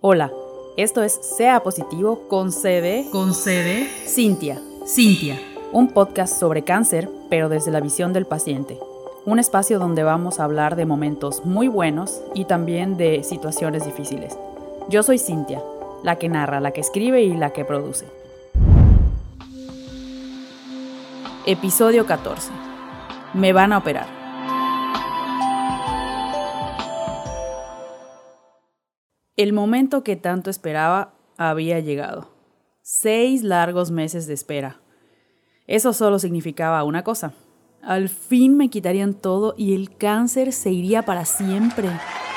Hola, esto es Sea Positivo con CD Cintia, un podcast sobre cáncer, pero desde la visión del paciente. Un espacio donde vamos a hablar de momentos muy buenos y también de situaciones difíciles. Yo soy Cintia, la que narra, la que escribe y la que produce. Episodio 14. Me van a operar. El momento que tanto esperaba había llegado. 6 largos meses de espera. Eso solo significaba una cosa. Al fin me quitarían todo y el cáncer se iría para siempre.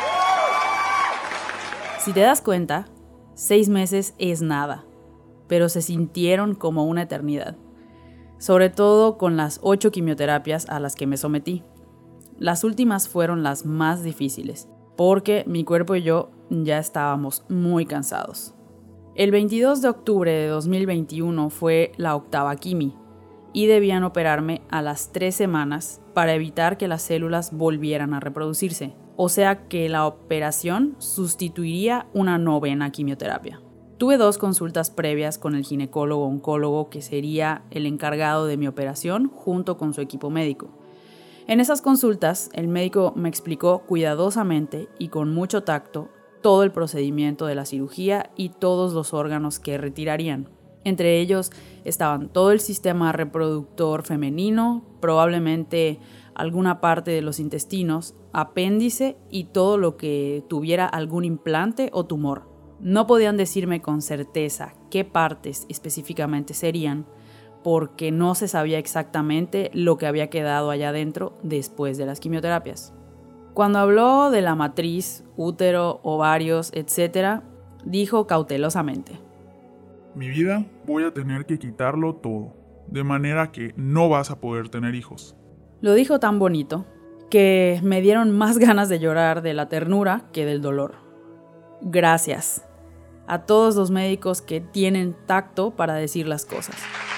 Si te das cuenta, 6 meses es nada, pero se sintieron como una eternidad. Sobre todo con las 8 quimioterapias a las que me sometí. Las últimas fueron las más difíciles, porque mi cuerpo y yo ya estábamos muy cansados. El 22 de octubre de 2021 fue la 8ª quimi y debían operarme a las 3 semanas para evitar que las células volvieran a reproducirse. O sea que la operación sustituiría una 9ª quimioterapia. Tuve 2 consultas previas con el ginecólogo-oncólogo que sería el encargado de mi operación junto con su equipo médico. En esas consultas, el médico me explicó cuidadosamente y con mucho tacto todo el procedimiento de la cirugía y todos los órganos que retirarían. Entre ellos estaban todo el sistema reproductor femenino, probablemente alguna parte de los intestinos, apéndice y todo lo que tuviera algún implante o tumor. No podían decirme con certeza qué partes específicamente serían, porque no se sabía exactamente lo que había quedado allá adentro después de las quimioterapias. Cuando habló de la matriz, útero, ovarios, etc., dijo cautelosamente: Mi vida, voy a tener que quitarlo todo, de manera que no vas a poder tener hijos. Lo dijo tan bonito que me dieron más ganas de llorar de la ternura que del dolor. Gracias a todos los médicos que tienen tacto para decir las cosas.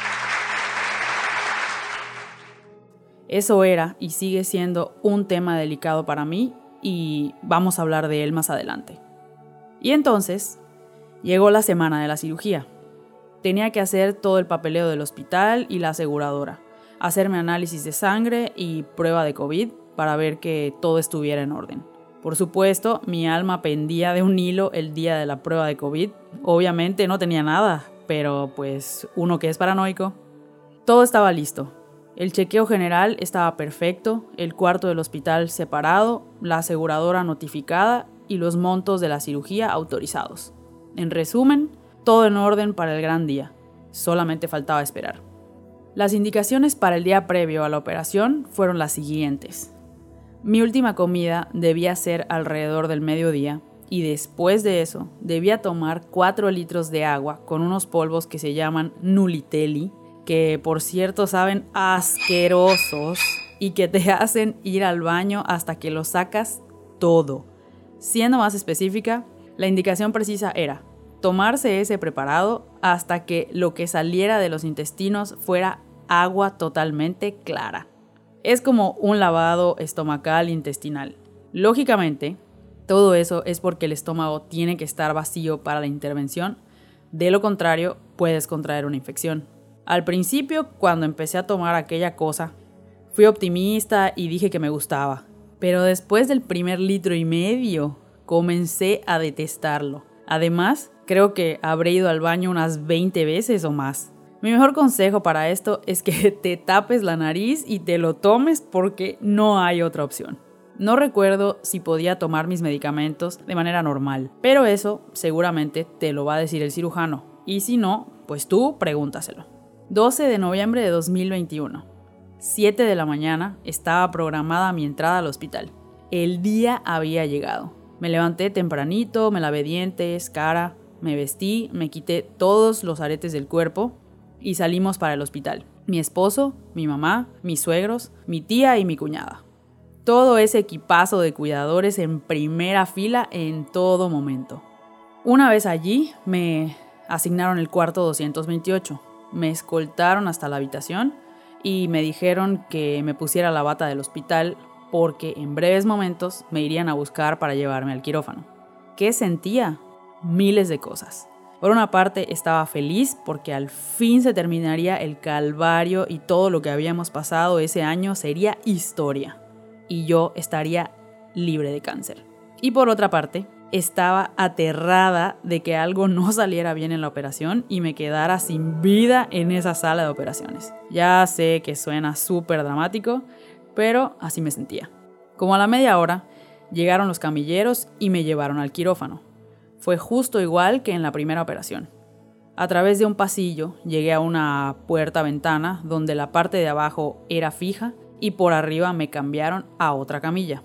Eso era y sigue siendo un tema delicado para mí y vamos a hablar de él más adelante. Y entonces, llegó la semana de la cirugía. Tenía que hacer todo el papeleo del hospital y la aseguradora, hacerme análisis de sangre y prueba de COVID para ver que todo estuviera en orden. Por supuesto, mi alma pendía de un hilo el día de la prueba de COVID. Obviamente no tenía nada, pero pues uno que es paranoico. Todo estaba listo. El chequeo general estaba perfecto, el cuarto del hospital separado, la aseguradora notificada y los montos de la cirugía autorizados. En resumen, todo en orden para el gran día. Solamente faltaba esperar. Las indicaciones para el día previo a la operación fueron las siguientes. Mi última comida debía ser alrededor del mediodía y después de eso debía tomar 4 litros de agua con unos polvos que se llaman Nulitelli, que por cierto saben asquerosos y que te hacen ir al baño hasta que lo sacas todo. Siendo más específica, la indicación precisa era tomarse ese preparado hasta que lo que saliera de los intestinos fuera agua totalmente clara. Es como un lavado estomacal intestinal. Lógicamente, todo eso es porque el estómago tiene que estar vacío para la intervención, de lo contrario puedes contraer una infección. Al principio, cuando empecé a tomar aquella cosa, fui optimista y dije que me gustaba. Pero después del primer 1,5 litros, comencé a detestarlo. Además, creo que habré ido al baño unas 20 veces o más. Mi mejor consejo para esto es que te tapes la nariz y te lo tomes porque no hay otra opción. No recuerdo si podía tomar mis medicamentos de manera normal, pero eso seguramente te lo va a decir el cirujano. Y si no, pues tú pregúntaselo. 12 de noviembre de 2021. 7 de la mañana estaba programada mi entrada al hospital. El día había llegado. Me levanté tempranito, me lavé dientes, cara, me vestí, me quité todos los aretes del cuerpo y salimos para el hospital. Mi esposo, mi mamá, mis suegros, mi tía y mi cuñada. Todo ese equipazo de cuidadores en primera fila en todo momento. Una vez allí, me asignaron el cuarto 228. Me escoltaron hasta la habitación y me dijeron que me pusiera la bata del hospital porque en breves momentos me irían a buscar para llevarme al quirófano. ¿Qué sentía? miles de cosas. Por una parte estaba feliz porque al fin se terminaría el calvario y todo lo que habíamos pasado ese año sería historia y yo estaría libre de cáncer. Y por otra parte, estaba aterrada de que algo no saliera bien en la operación y me quedara sin vida en esa sala de operaciones. Ya sé que suena súper dramático, pero así me sentía. Como a la media hora, llegaron los camilleros y me llevaron al quirófano. Fue justo igual que en la primera operación. A través de un pasillo llegué a una puerta-ventana donde la parte de abajo era fija y por arriba me cambiaron a otra camilla.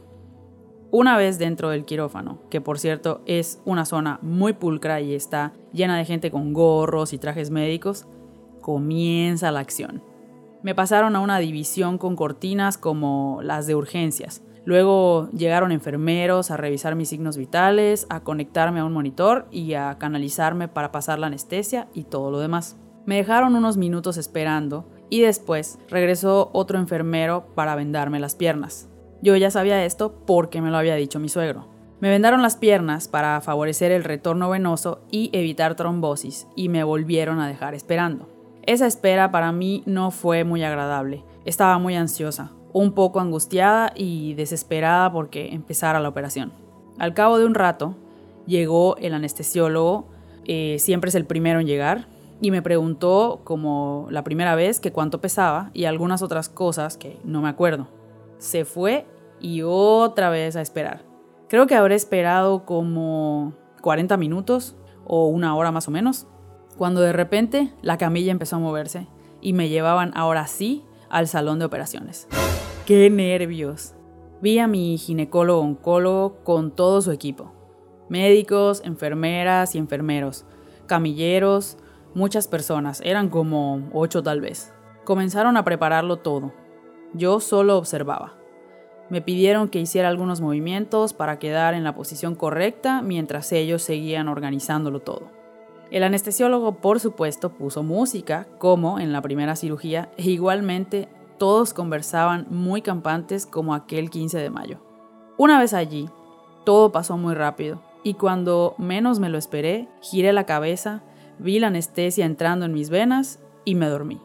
Una vez dentro del quirófano, que por cierto es una zona muy pulcra y está llena de gente con gorros y trajes médicos, comienza la acción. Me pasaron a una división con cortinas como las de urgencias. Luego llegaron enfermeros a revisar mis signos vitales, a conectarme a un monitor y a canalizarme para pasar la anestesia y todo lo demás. Me dejaron unos minutos esperando y después regresó otro enfermero para vendarme las piernas. Yo ya sabía esto porque me lo había dicho mi suegro. Me vendaron las piernas para favorecer el retorno venoso y evitar trombosis y me volvieron a dejar esperando. Esa espera para mí no fue muy agradable. Estaba muy ansiosa, un poco angustiada y desesperada porque empezara la operación. Al cabo de un rato llegó el anestesiólogo, siempre es el primero en llegar, y me preguntó como la primera vez que cuánto pesaba y algunas otras cosas que no me acuerdo. Se fue y otra vez a esperar. Creo que habré esperado como 40 minutos o una hora más o menos, cuando de repente la camilla empezó a moverse y me llevaban ahora sí al salón de operaciones. ¡Qué nervios! Vi a mi ginecólogo-oncólogo con todo su equipo. Médicos, enfermeras y enfermeros, camilleros, muchas personas, eran como 8 tal vez. Comenzaron a prepararlo todo. Yo solo observaba. Me pidieron que hiciera algunos movimientos para quedar en la posición correcta mientras ellos seguían organizándolo todo. El anestesiólogo, por supuesto, puso música, como en la primera cirugía, e igualmente todos conversaban muy campantes como aquel 15 de mayo. Una vez allí, todo pasó muy rápido, y cuando menos me lo esperé, giré la cabeza, vi la anestesia entrando en mis venas y me dormí.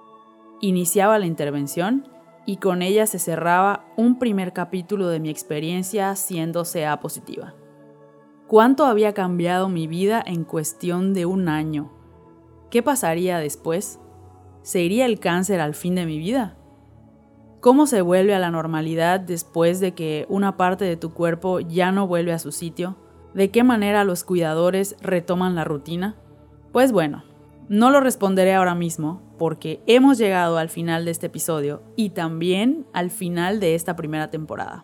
Iniciaba la intervención y con ella se cerraba un primer capítulo de mi experiencia siendo CA positiva. ¿Cuánto había cambiado mi vida en cuestión de un año? ¿Qué pasaría después? ¿Se iría el cáncer al fin de mi vida? ¿Cómo se vuelve a la normalidad después de que una parte de tu cuerpo ya no vuelve a su sitio? ¿De qué manera los cuidadores retoman la rutina? Pues bueno, no lo responderé ahora mismo porque hemos llegado al final de este episodio y también al final de esta primera temporada.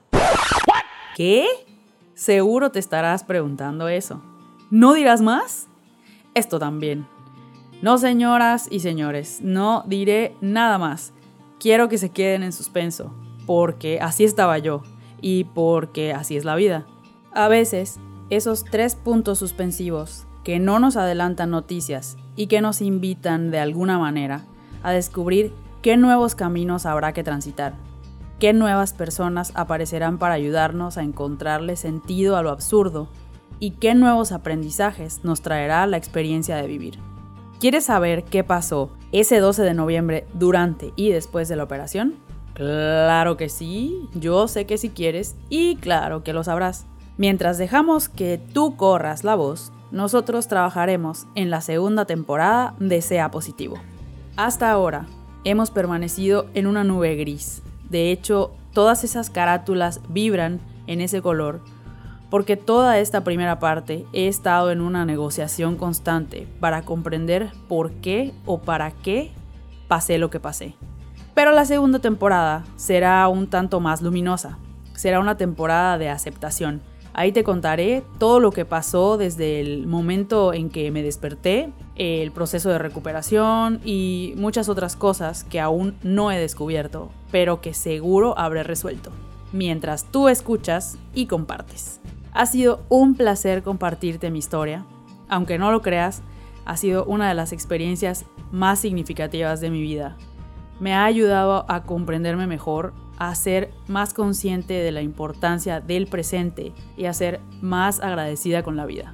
¿Qué? Seguro te estarás preguntando eso. ¿No dirás más? Esto también. No, señoras y señores, no diré nada más. Quiero que se queden en suspenso, porque así estaba yo y porque así es la vida. A veces, esos 3 puntos suspensivos que no nos adelantan noticias y que nos invitan de alguna manera a descubrir qué nuevos caminos habrá que transitar, qué nuevas personas aparecerán para ayudarnos a encontrarle sentido a lo absurdo y qué nuevos aprendizajes nos traerá la experiencia de vivir. ¿Quieres saber qué pasó ese 12 de noviembre durante y después de la operación? Claro que sí, yo sé que sí quieres y claro que lo sabrás. Mientras dejamos que tú corras la voz, nosotros trabajaremos en la segunda temporada de CA Positivo. Hasta ahora, hemos permanecido en una nube gris. De hecho, todas esas carátulas vibran en ese color porque toda esta primera parte he estado en una negociación constante para comprender por qué o para qué pasé lo que pasé. Pero la segunda temporada será un tanto más luminosa. Será una temporada de aceptación. Ahí te contaré todo lo que pasó desde el momento en que me desperté, el proceso de recuperación y muchas otras cosas que aún no he descubierto, pero que seguro habré resuelto, mientras tú escuchas y compartes. Ha sido un placer compartirte mi historia. Aunque no lo creas, ha sido una de las experiencias más significativas de mi vida. Me ha ayudado a comprenderme mejor, a ser más consciente de la importancia del presente y a ser más agradecida con la vida.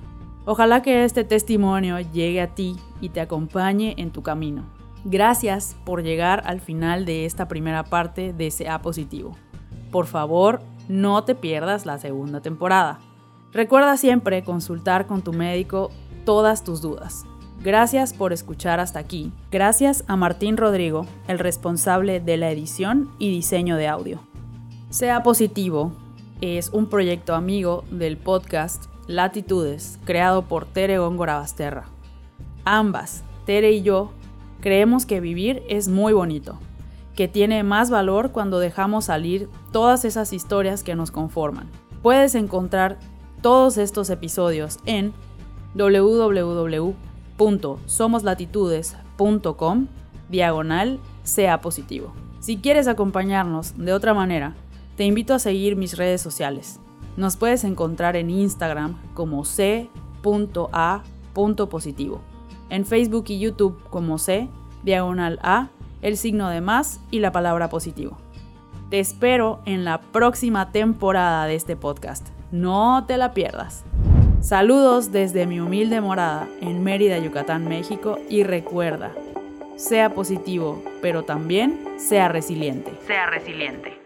Ojalá que este testimonio llegue a ti y te acompañe en tu camino. Gracias por llegar al final de esta primera parte de Sea Positivo. Por favor, no te pierdas la segunda temporada. Recuerda siempre consultar con tu médico todas tus dudas. Gracias por escuchar hasta aquí. Gracias a Martín Rodrigo, el responsable de la edición y diseño de audio. Sea Positivo es un proyecto amigo del podcast Latitudes, creado por Tere Góngora Basterra. Ambas, Tere y yo, creemos que vivir es muy bonito, que tiene más valor cuando dejamos salir todas esas historias que nos conforman. Puedes encontrar todos estos episodios en www.somoslatitudes.com/sea positivo. Si quieres acompañarnos de otra manera, te invito a seguir mis redes sociales. Nos puedes encontrar en Instagram como c.a.positivo, en Facebook y YouTube como c/a, el signo de más y la palabra positivo. Te espero en la próxima temporada de este podcast. No te la pierdas. Saludos desde mi humilde morada en Mérida, Yucatán, México, y recuerda, sea positivo, pero también sea resiliente. Sea resiliente.